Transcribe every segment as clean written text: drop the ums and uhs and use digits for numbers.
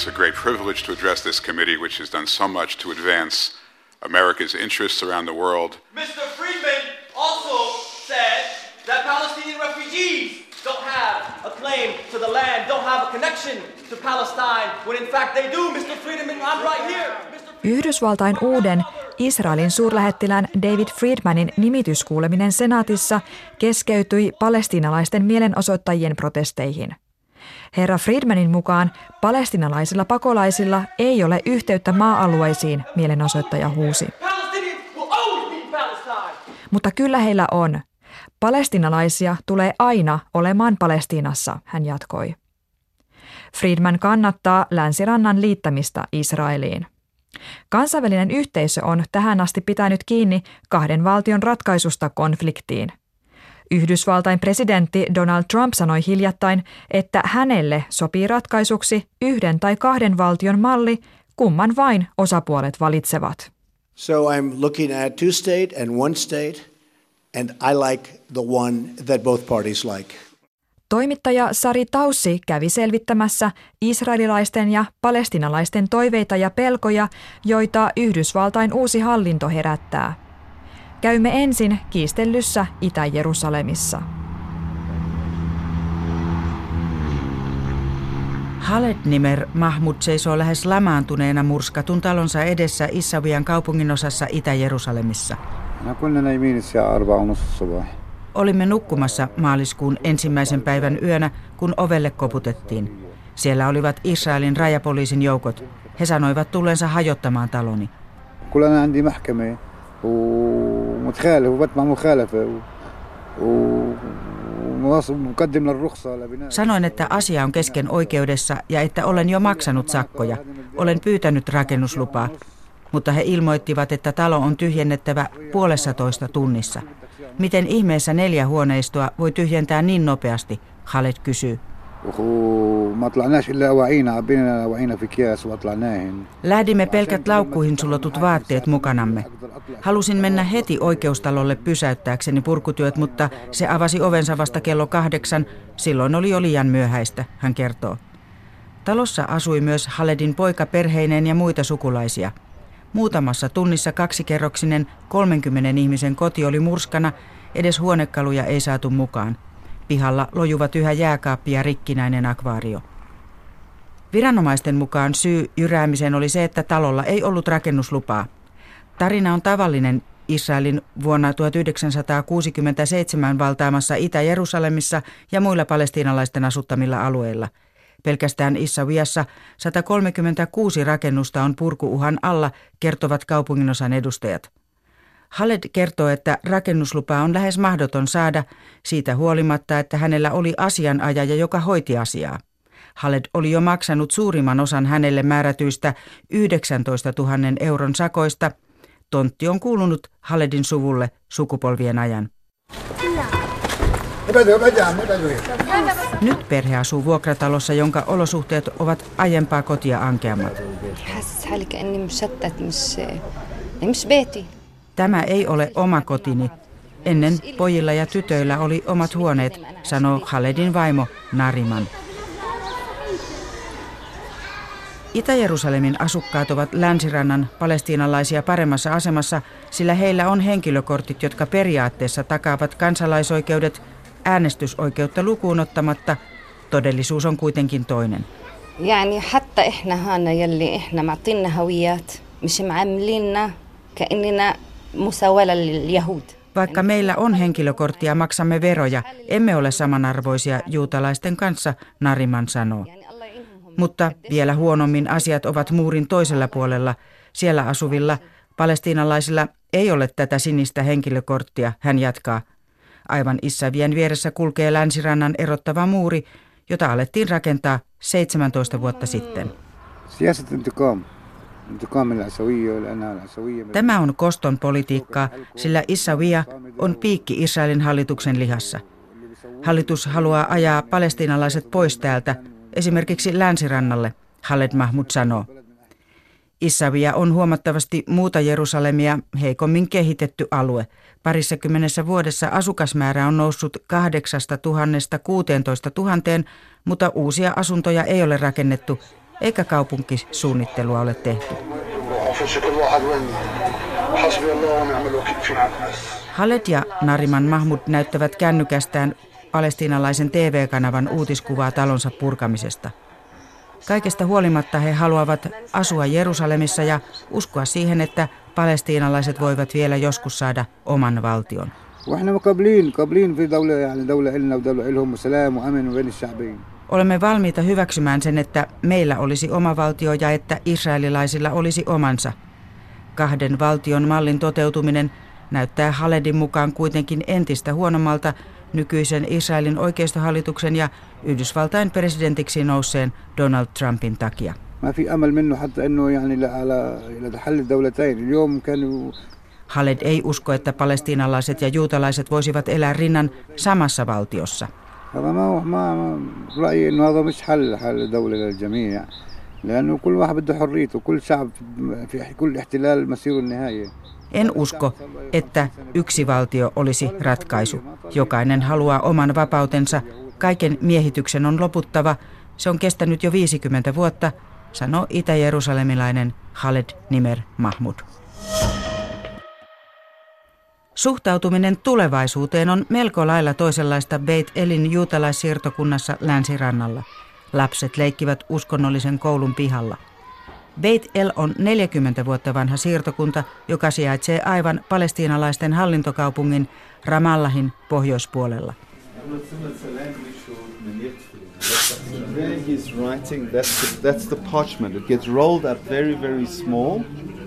It's a great privilege to address this committee, which has done so much to advance America's interests around the world. Mr. Friedman also said that Palestinian refugees don't have a claim to the land, don't have a connection to Palestine, when in fact they do, Mr. Friedman, I'm right here. Yhdysvaltain uuden Israelin suurlähettilään David Friedmanin nimityskuuleminen senaatissa keskeytyi palestiinalaisten mielenosoittajien protesteihin. Herra Friedmanin mukaan palestiinalaisilla pakolaisilla ei ole yhteyttä maa-alueisiin, mielenosoittaja huusi. Mutta kyllä heillä on. Palestiinalaisia tulee aina olemaan Palestiinassa, hän jatkoi. Friedman kannattaa Länsirannan liittämistä Israeliin. Kansainvälinen yhteisö on tähän asti pitänyt kiinni 2 valtion ratkaisusta konfliktiin. Yhdysvaltain presidentti Donald Trump sanoi hiljattain, että hänelle sopii ratkaisuksi 1 tai 2 valtion malli, kumman vain osapuolet valitsevat. So I'm looking at 2 state and 1 state, and I like the one that both parties like. Toimittaja Sari Taussi kävi selvittämässä israelilaisten ja palestinalaisten toiveita ja pelkoja, joita Yhdysvaltain uusi hallinto herättää. Käymme ensin kiistellyssä Itä-Jerusalemissa. Khaled Nimer Mahmoud seisoo lähes lamaantuneena murskatun talonsa edessä Issawian kaupunginosassa Itä-Jerusalemissa. Olimme nukkumassa maaliskuun 1. päivän yönä, kun ovelle koputettiin. Siellä olivat Israelin rajapoliisin joukot. He sanoivat tulleensa hajottamaan taloni. Sanoin, että asia on kesken oikeudessa ja että olen jo maksanut sakkoja. Olen pyytänyt rakennuslupaa, mutta he ilmoittivat, että talo on tyhjennettävä 1,5 tunnissa. Miten ihmeessä 4 huoneistoa voi tyhjentää niin nopeasti, Khaled kysyy. Lähdimme pelkät laukkuihin sulotut vaatteet mukanamme. Halusin mennä heti oikeustalolle pysäyttääkseni purkutyöt, mutta se avasi ovensa vasta kello 8. Silloin oli jo liian myöhäistä, hän kertoo. Talossa asui myös Khaledin poika perheineen ja muita sukulaisia. Muutamassa tunnissa 2-kerroksinen 30 ihmisen koti oli murskana, edes huonekaluja ei saatu mukaan. Pihalla lojuvat yhä jääkaappi ja rikkinäinen akvaario. Viranomaisten mukaan syy jyräämiseen oli se, että talolla ei ollut rakennuslupaa. Tarina on tavallinen Israelin vuonna 1967 valtaamassa Itä-Jerusalemissa ja muilla palestiinalaisten asuttamilla alueilla. Pelkästään Issawiassa 136 rakennusta on purkuuhan alla, kertovat kaupunginosan edustajat. Khaled kertoo, että rakennuslupaa on lähes mahdoton saada siitä huolimatta, että hänellä oli asianajaja, joka hoiti asiaa. Khaled oli jo maksanut suurimman osan hänelle määrätyistä 19 000 euron sakoista. Tontti on kuulunut Khaledin suvulle sukupolvien ajan. Nyt perhe asuu vuokratalossa, jonka olosuhteet ovat aiempaa kotia ankeammat. Tämä ei ole oma kotini. Ennen pojilla ja tytöillä oli omat huoneet, sanoo Khaledin vaimo Nariman. Itä-Jerusalemin asukkaat ovat Länsirannan palestiinalaisia paremmassa asemassa, sillä heillä on henkilökortit, jotka periaatteessa takaavat kansalaisoikeudet äänestysoikeutta lukuun ottamatta. Todellisuus on kuitenkin toinen. يعني حتى إحنا هنا يلي إحنا معطينا هويات مش معامليننا كأننا مساواة لليهود. Vaikka meillä on henkilökortti ja maksamme veroja, emme ole samanarvoisia juutalaisten kanssa, Nariman sanoo. Mutta vielä huonommin asiat ovat muurin toisella puolella. Siellä asuvilla palestiinalaisilla ei ole tätä sinistä henkilökorttia, hän jatkaa. Aivan Issawien vieressä kulkee Länsirannan erottava muuri, jota alettiin rakentaa 17 vuotta sitten. Tämä on koston politiikkaa, sillä Issawia on piikki Israelin hallituksen lihassa. Hallitus haluaa ajaa palestiinalaiset pois täältä, esimerkiksi Länsirannalle, Khaled Mahmoud sanoo. Issawia on huomattavasti muuta Jerusalemia heikommin kehitetty alue. 20 vuodessa asukasmäärä on noussut 8 000 16 000, mutta uusia asuntoja ei ole rakennettu, eikä kaupunkisuunnittelua ole tehty. Khaled ja Nariman Mahmud näyttävät kännykästään palestiinalaisen TV-kanavan uutiskuvaa talonsa purkamisesta. Kaikesta huolimatta he haluavat asua Jerusalemissa ja uskoa siihen, että palestiinalaiset voivat vielä joskus saada oman valtion. Olemme valmiita hyväksymään sen, että meillä olisi oma valtio ja että israelilaisilla olisi omansa. Kahden valtion mallin toteutuminen näyttää Khaledin mukaan kuitenkin entistä huonommalta nykyisen Israelin oikeistohallituksen ja Yhdysvaltain presidentiksi nousseen Donald Trumpin takia. Khaled ei usko, että palestiinalaiset ja juutalaiset voisivat elää rinnan samassa valtiossa. En usko, että yksi valtio olisi ratkaisu. Jokainen haluaa oman vapautensa. Kaiken miehityksen on loputtava. Se on kestänyt jo 50 vuotta, sanoo itä-jerusalemilainen Khaled Nimer Mahmud. Suhtautuminen tulevaisuuteen on melko lailla toisenlaista Beit Elin juutalaissiirtokunnassa länsirannalla. Lapset leikkivät uskonnollisen koulun pihalla. Beit El on 40 vuotta vanha siirtokunta, joka sijaitsee aivan palestiinalaisten hallintokaupungin Ramallahin pohjoispuolella. That's the parchment. It gets rolled up very, very small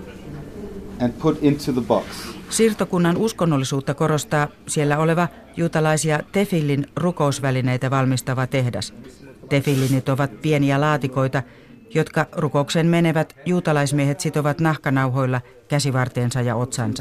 and put into the box. Siirtokunnan uskonnollisuutta korostaa siellä oleva juutalaisia tefillin rukousvälineitä valmistava tehdas. Tefillinit ovat pieniä laatikoita, jotka rukoukseen menevät juutalaismiehet sitovat nahkanauhoilla käsivarteensa ja otsansa.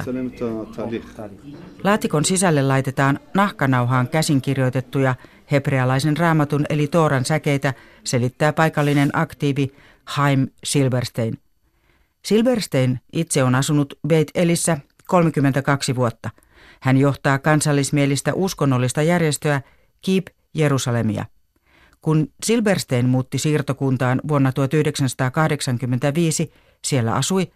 Laatikon sisälle laitetaan nahkanauhaan käsinkirjoitettuja hebrealaisen raamatun eli Tooran säkeitä, selittää paikallinen aktiivi Chaim Silberstein. Silberstein itse on asunut Beit Elissä 32 vuotta. Hän johtaa kansallismielistä uskonnollista järjestöä Keep Jerusalemia. Kun Silberstein muutti siirtokuntaan vuonna 1985, siellä asui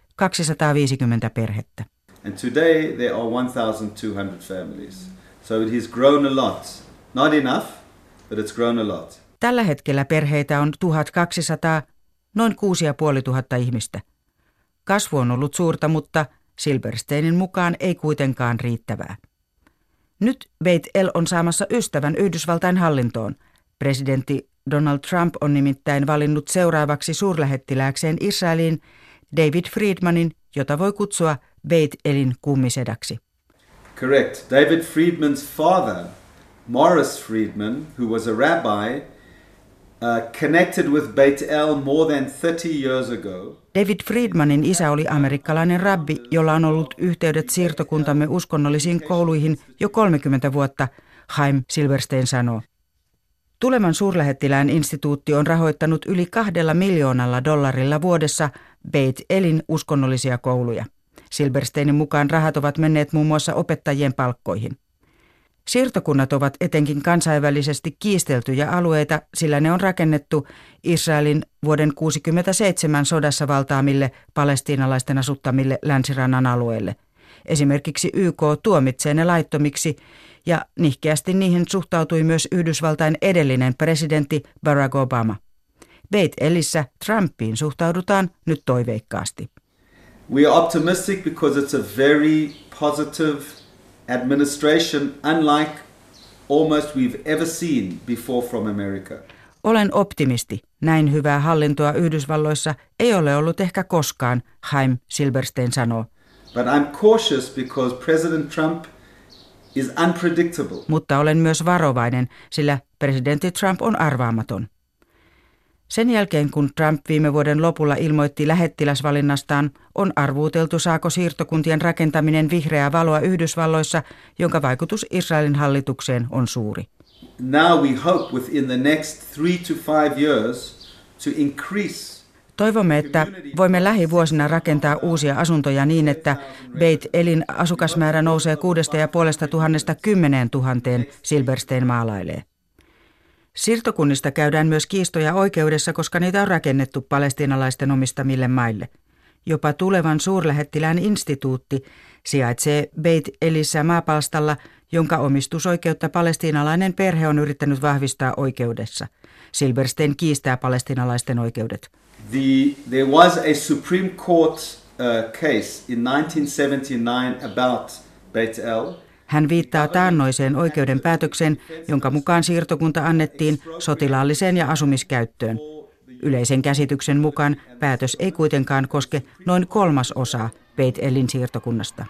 250 perhettä. And today there are 1,200 families. So it has grown a lot. Not enough, but it's grown a lot. Tällä hetkellä perheitä on 1200, noin 6500 ihmistä. Kasvu on ollut suurta, mutta Silbersteinin mukaan ei kuitenkaan riittävää. Nyt Beit El on saamassa ystävän Yhdysvaltain hallintoon. Presidentti Donald Trump on nimittäin valinnut seuraavaksi suurlähettilääkseen Israeliin David Friedmanin, jota voi kutsua Beit Elin kummisedäksi. Correct. David Friedman's father, Morris Friedman, who was a rabbi, connected with Beit El more than 30 years ago. David Friedmanin isä oli amerikkalainen rabbi, jolla on ollut yhteydet siirtokuntamme uskonnollisiin kouluihin jo 30 vuotta, Chaim Silberstein sanoo. Tulevan suurlähettilään instituutti on rahoittanut yli $2 miljoonalla vuodessa Beit Elin uskonnollisia kouluja. Silbersteinin mukaan rahat ovat menneet muun muassa opettajien palkkoihin. Siirtokunnat ovat etenkin kansainvälisesti kiisteltyjä alueita, sillä ne on rakennettu Israelin vuoden 1967 sodassa valtaamille palestiinalaisten asuttamille länsirannan alueille. Esimerkiksi YK tuomitsee ne laittomiksi ja nihkeästi niihin suhtautui myös Yhdysvaltain edellinen presidentti Barack Obama. Beit Elissä Trumpiin suhtaudutaan nyt toiveikkaasti. We are optimistic because it's a very positive administration, unlike almost we've ever seen before from America. Olen optimisti. Näin hyvää hallintoa Yhdysvalloissa ei ole ollut ehkä koskaan, Chaim Silberstein sanoo. But I'm cautious because President Trump is unpredictable. Mutta olen myös varovainen, sillä presidentti Trump on arvaamaton. Sen jälkeen, kun Trump viime vuoden lopulla ilmoitti lähettiläsvalinnastaan, on arvuuteltu, saako siirtokuntien rakentaminen vihreää valoa Yhdysvalloissa, jonka vaikutus Israelin hallitukseen on suuri. Now we hope within the next 3 to 5 years to increase. Toivomme, että voimme lähivuosina rakentaa uusia asuntoja niin, että Beit Elin asukasmäärä nousee 6,5 10 000, Silberstein maalailee. Siirtokunnista käydään myös kiistoja oikeudessa, koska niitä on rakennettu palestiinalaisten omistamille maille. Jopa tulevan suurlähettilään instituutti sijaitsee Beit Elissä maapalstalla, jonka omistusoikeutta palestiinalainen perhe on yrittänyt vahvistaa oikeudessa. Silberstein kiistää palestiinalaisten oikeudet. There was a Supreme Court case in 1979 about Beit El. Hän viittaa taannoiseen oikeuden päätökseen, jonka mukaan siirtokunta annettiin sotilaalliseen ja asumiskäyttöön. Yleisen käsityksen mukaan päätös ei kuitenkaan koske noin 1/3 Beit Elin siirtokunnasta.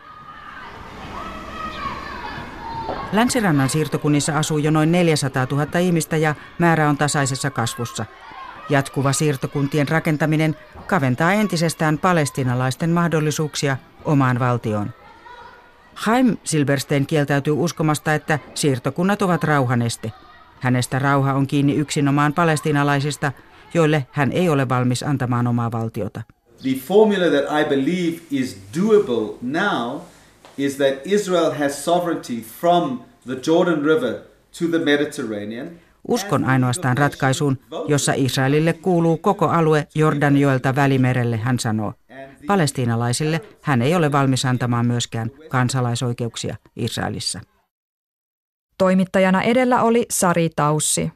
Länsirannan siirtokunnissa asuu jo noin 400 000 ihmistä ja määrä on tasaisessa kasvussa. Jatkuva siirtokuntien rakentaminen kaventaa entisestään palestiinalaisten mahdollisuuksia omaan valtioon. Chaim Silberstein kieltäytyy uskomasta, että siirtokunnat ovat rauhaneste. Hänestä rauha on kiinni yksinomaan palestiinalaisista, joille hän ei ole valmis antamaan omaa valtiota. The formula that I believe is doable now is that Israel has sovereignty from the Jordan River to the Mediterranean. Uskon ainoastaan ratkaisuun, jossa Israelille kuuluu koko alue Jordanjoelta Välimerelle, hän sanoo. Palestiinalaisille hän ei ole valmis antamaan myöskään kansalaisoikeuksia Israelissa. Toimittajana edellä oli Sari Taussi.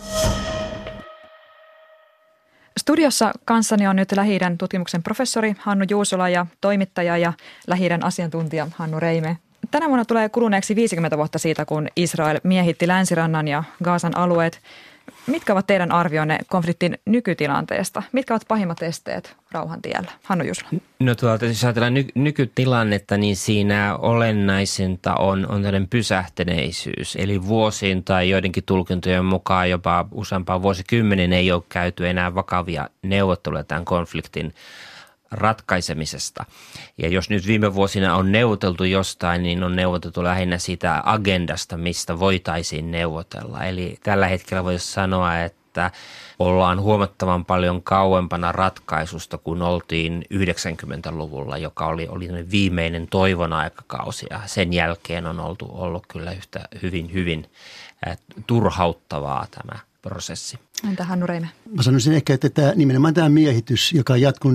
Studiossa kanssani on nyt Lähi-idän tutkimuksen professori Hannu Juusola ja toimittaja ja Lähi-idän asiantuntija Hannu Reime. Tänä vuonna tulee kuluneeksi 50 vuotta siitä, kun Israel miehitti Länsirannan ja Gazan alueet. Mitkä ovat teidän arvionne konfliktin nykytilanteesta? Mitkä ovat pahimmat esteet rauhan tiellä? Hannu Juusola. No jos ajatellaan nykytilannetta, niin siinä olennaisinta on tällainen pysähtyneisyys. Eli vuosiin tai joidenkin tulkintojen mukaan jopa useampaan vuosikymmenen ei ole käyty enää vakavia neuvotteluja tämän konfliktin ratkaisemisesta. Ja jos nyt viime vuosina on neuvoteltu jostain, niin on neuvoteltu lähinnä siitä agendasta, mistä voitaisiin neuvotella. Eli tällä hetkellä voisi sanoa, että ollaan huomattavan paljon kauempana ratkaisusta, kun oltiin 90-luvulla, joka oli viimeinen toivon aikakausi. Ja sen jälkeen on ollut kyllä yhtä hyvin turhauttavaa tämä prosessi. Entä Hannu Reime? Mä sanoisin ehkä, että nimenomaan tämä miehitys, joka on jatkunut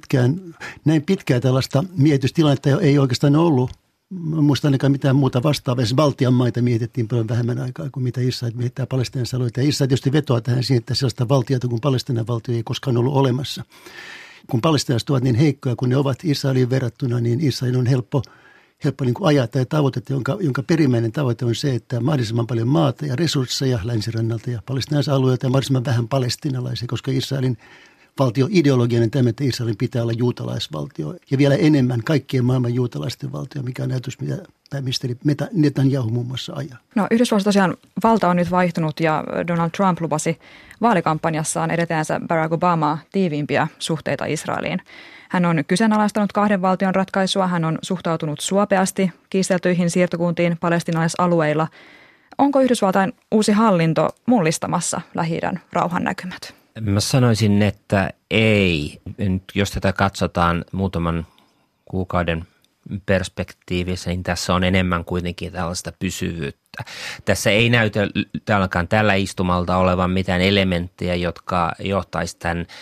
näin pitkään tällaista miehitystilannetta ei oikeastaan ollut. Mä muistan ainakaan mitään muuta vastaavaa. Esimerkiksi Baltian maita miehitettiin paljon vähemmän aikaa kuin mitä Israel miehittää Palestiinan alueita. Ja Israel tietysti vetoaa tähän siihen, että sellaista valtiota kuin Palestiinan valtio ei koskaan ollut olemassa. Kun palestiinalaiset ovat niin heikkoja kuin ne ovat Israeliin verrattuna, niin Israel on helppo niin kuin ajaa tämä tavoite, jonka perimmäinen tavoite on se, että mahdollisimman paljon maata ja resursseja länsirannalta ja palestiinalaisalueelta ja mahdollisimman vähän palestiinalaisia, koska Israelin valtioideologian on tämä, että Israelin pitää olla juutalaisvaltio ja vielä enemmän kaikkien maailman juutalaisten valtio, mikä on ajatus, mitä pääministeri Netanyahu muun muassa ajaa. No Yhdysvalloissa tosiaan valta on nyt vaihtunut ja Donald Trump lupasi vaalikampanjassaan edetäänsä Barack Obamaa tiiviimpiä suhteita Israeliin. Hän on kyseenalaistanut 2 valtion ratkaisua, hän on suhtautunut suopeasti kiisteltyihin siirtokuntiin palestiinalaisalueilla. Onko Yhdysvaltain uusi hallinto mullistamassa Lähi-idän rauhannäkymät? Mä sanoisin, että ei. Nyt jos tätä katsotaan muutaman kuukauden perspektiivissä, niin tässä on enemmän kuitenkin tällaista pysyvyyttä. Tässä ei näytä tällä istumalta olevan mitään elementtejä, jotka johtaisi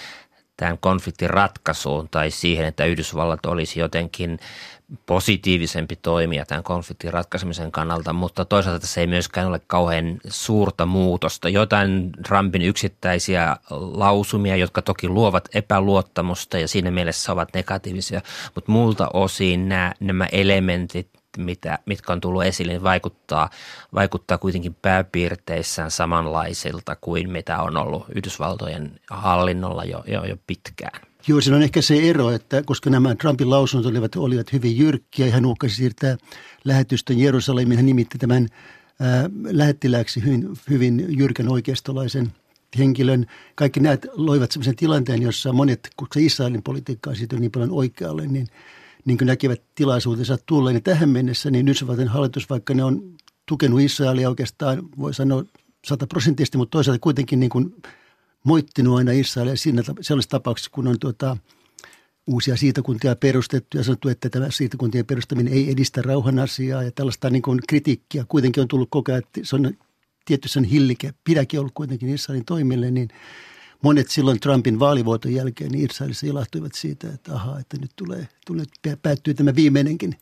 tämän konfliktin ratkaisuun tai siihen, että Yhdysvallat olisi jotenkin positiivisempi toimija tämän konfliktin ratkaisemisen kannalta, mutta toisaalta tässä ei myöskään ole kauhean suurta muutosta. Jotain Trumpin yksittäisiä lausumia, jotka toki luovat epäluottamusta ja siinä mielessä ovat negatiivisia, mutta muulta osin nämä elementit, mitkä on tullut esille, niin vaikuttaa kuitenkin pääpiirteissään samanlaisilta kuin mitä on ollut Yhdysvaltojen hallinnolla jo pitkään. Joo, siinä on ehkä se ero, että koska nämä Trumpin lausunnot olivat hyvin jyrkkiä ja hän uhkasi siirtää lähetystön Jerusalemiin, hän nimitti tämän lähettilääksi hyvin jyrkän oikeistolaisen henkilön. Kaikki nämä loivat sellaisen tilanteen, jossa monet, kun se Israelin politiikka on siitä niin paljon oikealle, niin kuin näkevät tilaisuutensa tulleen. Ja tähän mennessä niin Yhdysvaltain hallitus, vaikka ne on tukenut Israelia oikeastaan, voi sanoa 100%, mutta toisaalta kuitenkin niin kuin moittinut aina Israelia siinä sellaisessa tapauksessa, kun on uusia siirtokuntia perustettu ja sanottu, että tämä siirtokuntien perustaminen ei edistä rauhan asiaa ja tällaista niin kuin kritiikkiä. Kuitenkin on tullut koko ajan, että se on tietty sen pidäkin ollut kuitenkin Israelin toimille, niin monet silloin Trumpin vaalivoiton jälkeen niin Israelissa ilahtuivat siitä, että että nyt päättyy tämä viimeinenkin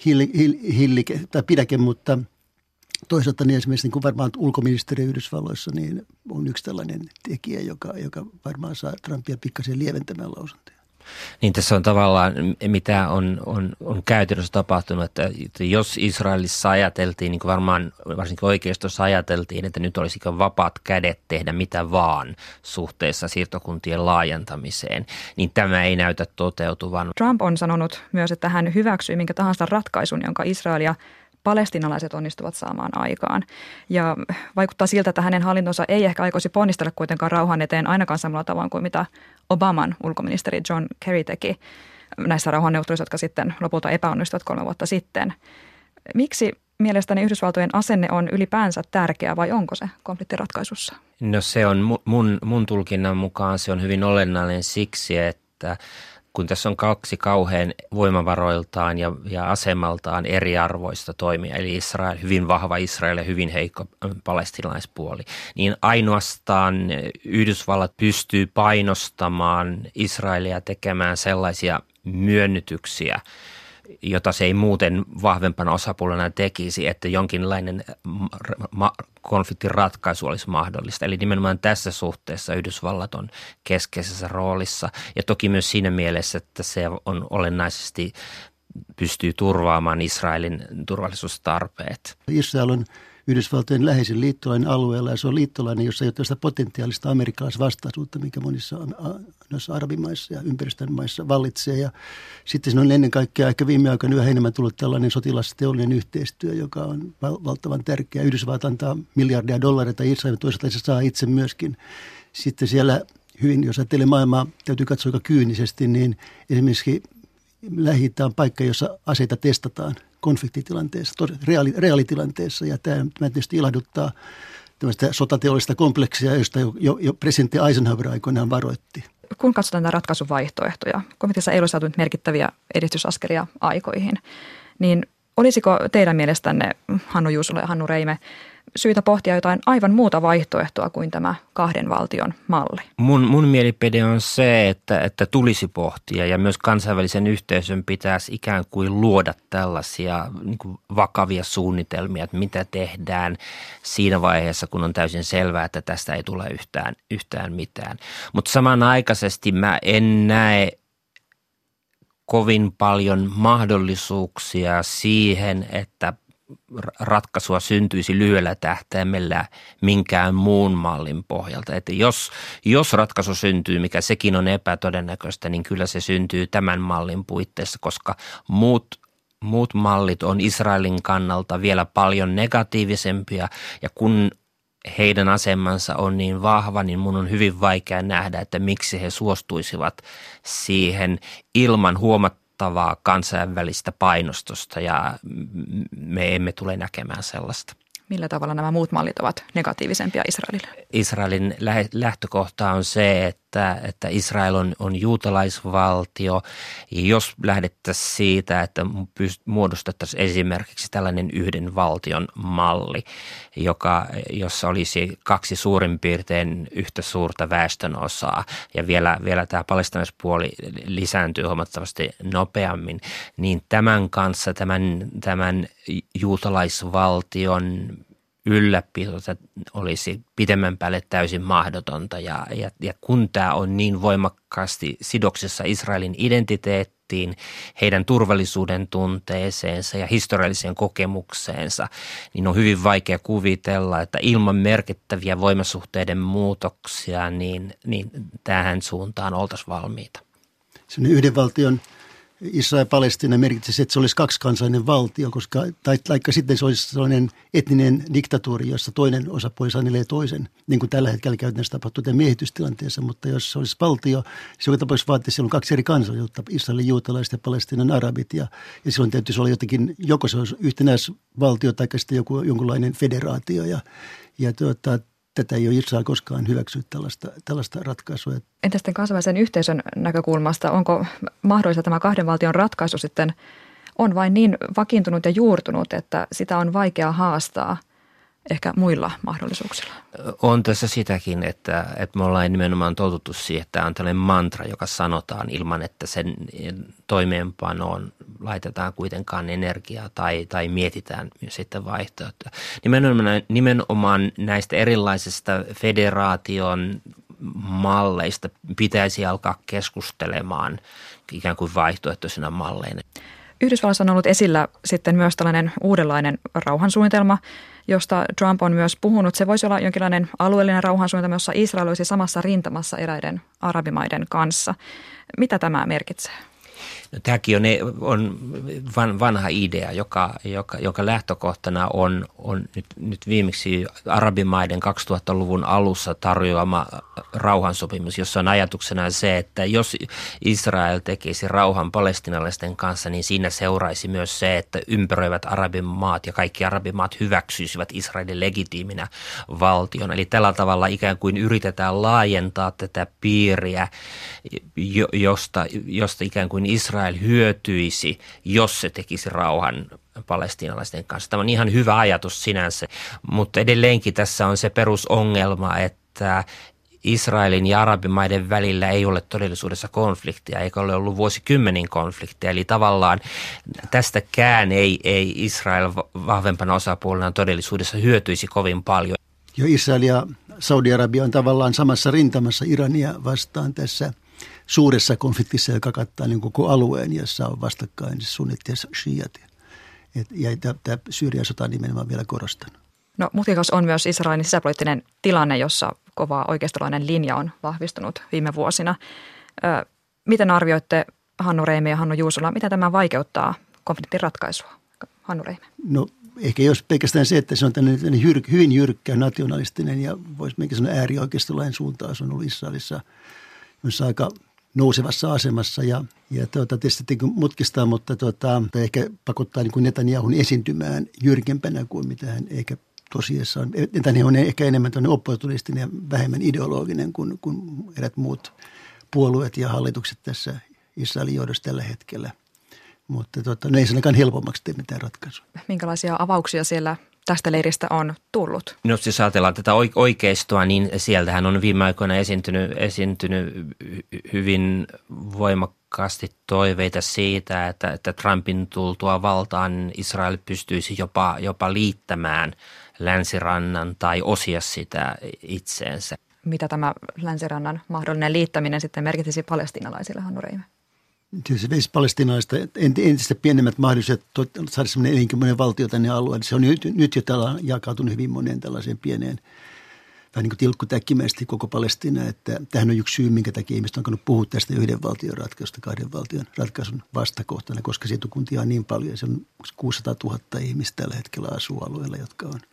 hillike tai pidäke, mutta toisaalta niin esimerkiksi niin kuin varmaan ulkoministeri Yhdysvalloissa niin on yksi tällainen tekijä, joka varmaan saa Trumpia pikkasen lieventämään lausuntoja. Niin tässä on tavallaan, mitä on käytännössä tapahtunut, että jos Israelissa ajateltiin, niin kuin varmaan varsinkin oikeistossa ajateltiin, että nyt olisi vapaat kädet tehdä mitä vaan suhteessa siirtokuntien laajentamiseen, niin tämä ei näytä toteutuvan. Trump on sanonut myös, että hän hyväksyy minkä tahansa ratkaisun, jonka Israel ja palestiinalaiset onnistuvat saamaan aikaan. Ja vaikuttaa siltä, että hänen hallintonsa ei ehkä aikoisi ponnistella kuitenkaan rauhan eteen ainakaan samalla tavoin kuin mitä Obaman ulkoministeri John Kerry teki näissä rauhanneuvotteluissa, jotka sitten lopulta epäonnistuivat 3 vuotta sitten. Miksi mielestäni Yhdysvaltojen asenne on ylipäänsä tärkeä vai onko se konfliktiratkaisussa? No se on mun tulkinnan mukaan se on hyvin olennainen siksi, että kun tässä on 2 kauhean voimavaroiltaan ja asemaltaan eriarvoista toimia, eli Israel, hyvin vahva Israel ja hyvin heikko palestiinalaispuoli, niin ainoastaan Yhdysvallat pystyy painostamaan Israelia tekemään sellaisia myönnytyksiä, jota se ei muuten vahvempana osapuolena tekisi, että jonkinlainen konfliktin ratkaisu olisi mahdollista. Eli nimenomaan tässä suhteessa Yhdysvallat on keskeisessä roolissa ja toki myös siinä mielessä, että se on olennaisesti pystyy turvaamaan Israelin turvallisuustarpeet. Israel on Yhdysvaltojen läheisin liittolainen alueella ja se on liittolainen, jossa ei ole tästä potentiaalista amerikkalaisvastaisuutta, mikä monissa noissa arabimaissa ja ympäristön maissa vallitsee. Ja sitten siinä on ennen kaikkea ehkä viime aikoina yhä enemmän tullut tällainen sotilasteollinen yhteistyö, joka on valtavan tärkeä. Yhdysvallat antaa miljardia dollareita Israelin, toisaalta se saa itse myöskin. Sitten siellä hyvin, jos ajattelee maailmaa, täytyy katsoa aika kyynisesti, niin esimerkiksi Lähi-Itä on paikka, jossa aseita testataan konfliktitilanteessa, reaalitilanteessa. Ja tämä tietysti ilahduttaa tämmöistä sotateollista kompleksia, josta jo presidentti Eisenhower aikoinaan varoitti. Kun katsotaan näitä ratkaisuvaihtoehtoja, komiteassa ei ole saatu merkittäviä edistysaskelia aikoihin, niin olisiko teidän mielestänne, Hannu Juusola ja Hannu Reime, syytä pohtia jotain aivan muuta vaihtoehtoa kuin tämä 2 valtion malli? Mun mielipide on se, että tulisi pohtia ja myös kansainvälisen yhteisön pitäisi ikään kuin luoda tällaisia niin kuin vakavia suunnitelmia, että mitä tehdään siinä vaiheessa, kun on täysin selvää, että tästä ei tule yhtään mitään. Mutta samanaikaisesti mä en näe kovin paljon mahdollisuuksia siihen, että ratkaisua syntyisi lyhyellä tähtäimellä minkään muun mallin pohjalta. Että jos ratkaisu syntyy, mikä sekin on epätodennäköistä, niin kyllä se syntyy tämän mallin puitteissa, koska muut mallit on Israelin kannalta vielä paljon negatiivisempia ja kun heidän asemansa on niin vahva, niin mun on hyvin vaikea nähdä, että miksi he suostuisivat siihen ilman huomattavaa kansainvälistä painostusta ja me emme tule näkemään sellaista. Millä tavalla nämä muut mallit ovat negatiivisempia Israelille? Israelin lähtökohta on se, että Israel on juutalaisvaltio. Jos lähdettäisiin siitä, että muodostettaisiin esimerkiksi tällainen yhden valtion malli, jossa olisi 2 suurin piirtein yhtä suurta väestönosaa ja vielä tämä palestiinalaispuoli lisääntyy huomattavasti nopeammin, niin tämän kanssa tämän juutalaisvaltion ylläpito olisi pidemmän päälle täysin mahdotonta ja kun tämä on niin voimakkaasti sidoksissa Israelin identiteettiin, heidän turvallisuuden tunteeseensa ja historialliseen kokemukseensa, niin on hyvin vaikea kuvitella, että ilman merkittäviä voimasuhteiden muutoksia, niin tähän suuntaan oltaisiin valmiita. Se on yhden valtion Israel ja Palestiina merkitsisi, että se olisi kaksikansainen valtio, taikka sitten se olisi sellainen etninen diktatuuri, jossa toinen osapuoli sanelee toisen, niin kuin tällä hetkellä käytännössä tapahtuu miehitystilanteessa, mutta jos se olisi valtio, se joka tapauksessa vaatii silloin 2 eri kansallisuutta, Israelin juutalaiset ja Palestiinan arabit, ja silloin täytyisi olla jotenkin, joko se olisi yhtenäisvaltio tai sitten jonkunlainen federaatio, ja tätä ei ole Israel koskaan hyväksynyt tällaista ratkaisua. Entä sitten kansainvälisen yhteisön näkökulmasta, onko mahdollista tämä 2 valtion ratkaisu sitten on vain niin vakiintunut ja juurtunut, että sitä on vaikea haastaa ehkä muilla mahdollisuuksilla? On tässä sitäkin, että me ollaan nimenomaan totuttu siihen, että tämä on tällainen mantra, joka sanotaan ilman, että sen toimeenpanoon laitetaan kuitenkaan energiaa tai mietitään myös sitten vaihtoehtoja. Nimenomaan näistä erilaisista federaation malleista pitäisi alkaa keskustelemaan ikään kuin vaihtoehtoisina malleina. Yhdysvalloissa on ollut esillä sitten myös tällainen uudenlainen rauhansuunnitelma, josta Trump on myös puhunut. Se voisi olla jonkinlainen alueellinen rauhansuunnitelma, jossa Israel olisi samassa rintamassa eräiden arabimaiden kanssa. Mitä tämä merkitsee? No, tämäkin on vanha idea, joka lähtökohtana on nyt viimeksi arabimaiden 2000-luvun alussa tarjoama rauhansopimus, jossa on ajatuksena se, että jos Israel tekisi rauhan palestiinalaisten kanssa, niin siinä seuraisi myös se, että ympäröivät arabimaat ja kaikki arabimaat hyväksyisivät Israelin legitiiminä valtion. Eli tällä tavalla ikään kuin yritetään laajentaa tätä piiriä, josta ikään kuin Israel hyötyisi, jos se tekisi rauhan palestiinalaisten kanssa. Tämä on ihan hyvä ajatus sinänsä, mutta edelleenkin tässä on se perusongelma, että Israelin ja arabimaiden välillä ei ole todellisuudessa konfliktia, eikä ole ollut vuosikymmenin konfliktia. Eli tavallaan tästäkään ei Israel vahvempana osapuolena todellisuudessa hyötyisi kovin paljon. Jo Israel ja Saudi-Arabia on tavallaan samassa rintamassa Irania vastaan tässä suuressa konfliktissa, joka kattaa niin koko alueen, jossa on vastakkain sunnit ja shiat. Ja tämä Syyrian sota nimenomaan vielä korostanut. No, mutkikas on myös Israelin sisäpoliittinen tilanne, jossa kova oikeistolainen linja on vahvistunut viime vuosina. Miten arvioitte, Hannu Reimi ja Hannu Juusola, miten tämä vaikeuttaa konfliktin ratkaisua? Hannu Reimi. No ehkä jos pelkästään se, että se on tämmöinen hyvin jyrkkä nationalistinen ja voisi mennä sanoa äärioikeistolainen suuntaus on ollut Israelissa aika nousevassa asemassa ja tietysti mutkistaa, mutta ehkä pakottaa niin kuin Netanyahun esiintymään jyrkempänä kuin mitä hän ehkä tosiaan on. Netanyahu on ehkä enemmän opportunistinen ja vähemmän ideologinen kuin erät muut puolueet ja hallitukset tässä Israelin johdossa tällä hetkellä. Mutta no ei se ainakaan helpommaksi tee mitään ratkaisua. Minkälaisia avauksia siellä tästä leiristä on tullut? No jos ajatellaan tätä oikeistoa, niin sieltähän on viime aikoina esiintynyt hyvin voimakkaasti toiveita siitä, että Trumpin tultua valtaan Israel pystyisi jopa liittämään Länsirannan tai osia sitä itseensä. Mitä tämä Länsirannan mahdollinen liittäminen sitten merkitsisi palestiinalaisille, Hannu Reime? Se veisi palestiinalaista entistä pienemmät mahdollisuudet saada sellainen elinkeinoinen valtio tänne alueelle. Se on nyt jo tällä jakautunut hyvin moneen tällaiseen pieneen, vähän niin kuin tilkkutäkkimäisesti koko Palestiina. Että tämähän on yksi syy, minkä takia ihmiset on kannut puhua tästä yhden valtion ratkaisusta, kahden valtion ratkaisun vastakohtana, koska siirtokuntia on niin paljon. Se on 600 000 ihmistä tällä hetkellä asuu alueella, jotka on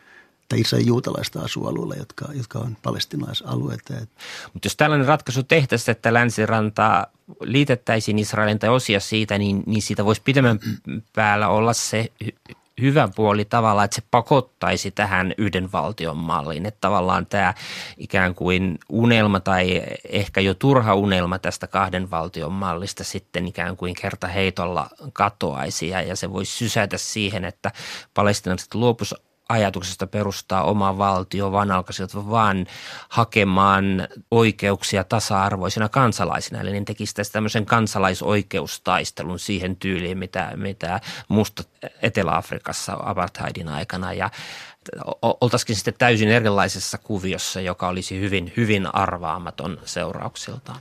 tai Israelin juutalaista asualueilla, jotka on palestiinalaisalueita. Mutta jos tällainen ratkaisu tehtäisiin, että Länsirantaa liitettäisiin Israelin tai osia siitä, niin siitä voisi pidemmän päällä olla se hyvä puoli tavallaan, että se pakottaisi tähän yhden valtion malliin. Että tavallaan tämä ikään kuin unelma tai ehkä jo turha unelma tästä kahden valtion mallista sitten ikään kuin kertaheitolla katoaisi ja se voisi sysätä siihen, että palestiinalaiset luopuisivat ajatuksesta perustaa oma valtio, vaan alkaisivat vaan hakemaan oikeuksia tasa-arvoisina kansalaisina. Eli ne tekisivät tästä tämmöisen kansalaisoikeustaistelun siihen tyyliin, mitä mustat Etelä-Afrikassa apartheidin aikana. Ja oltaisikin sitten täysin erilaisessa kuviossa, joka olisi hyvin, hyvin arvaamaton seurauksiltaan.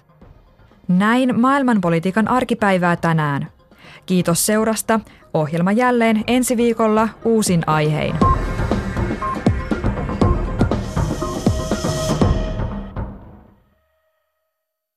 Näin maailmanpolitiikan arkipäivää tänään. Kiitos seurasta. Ohjelma jälleen ensi viikolla uusin aihein.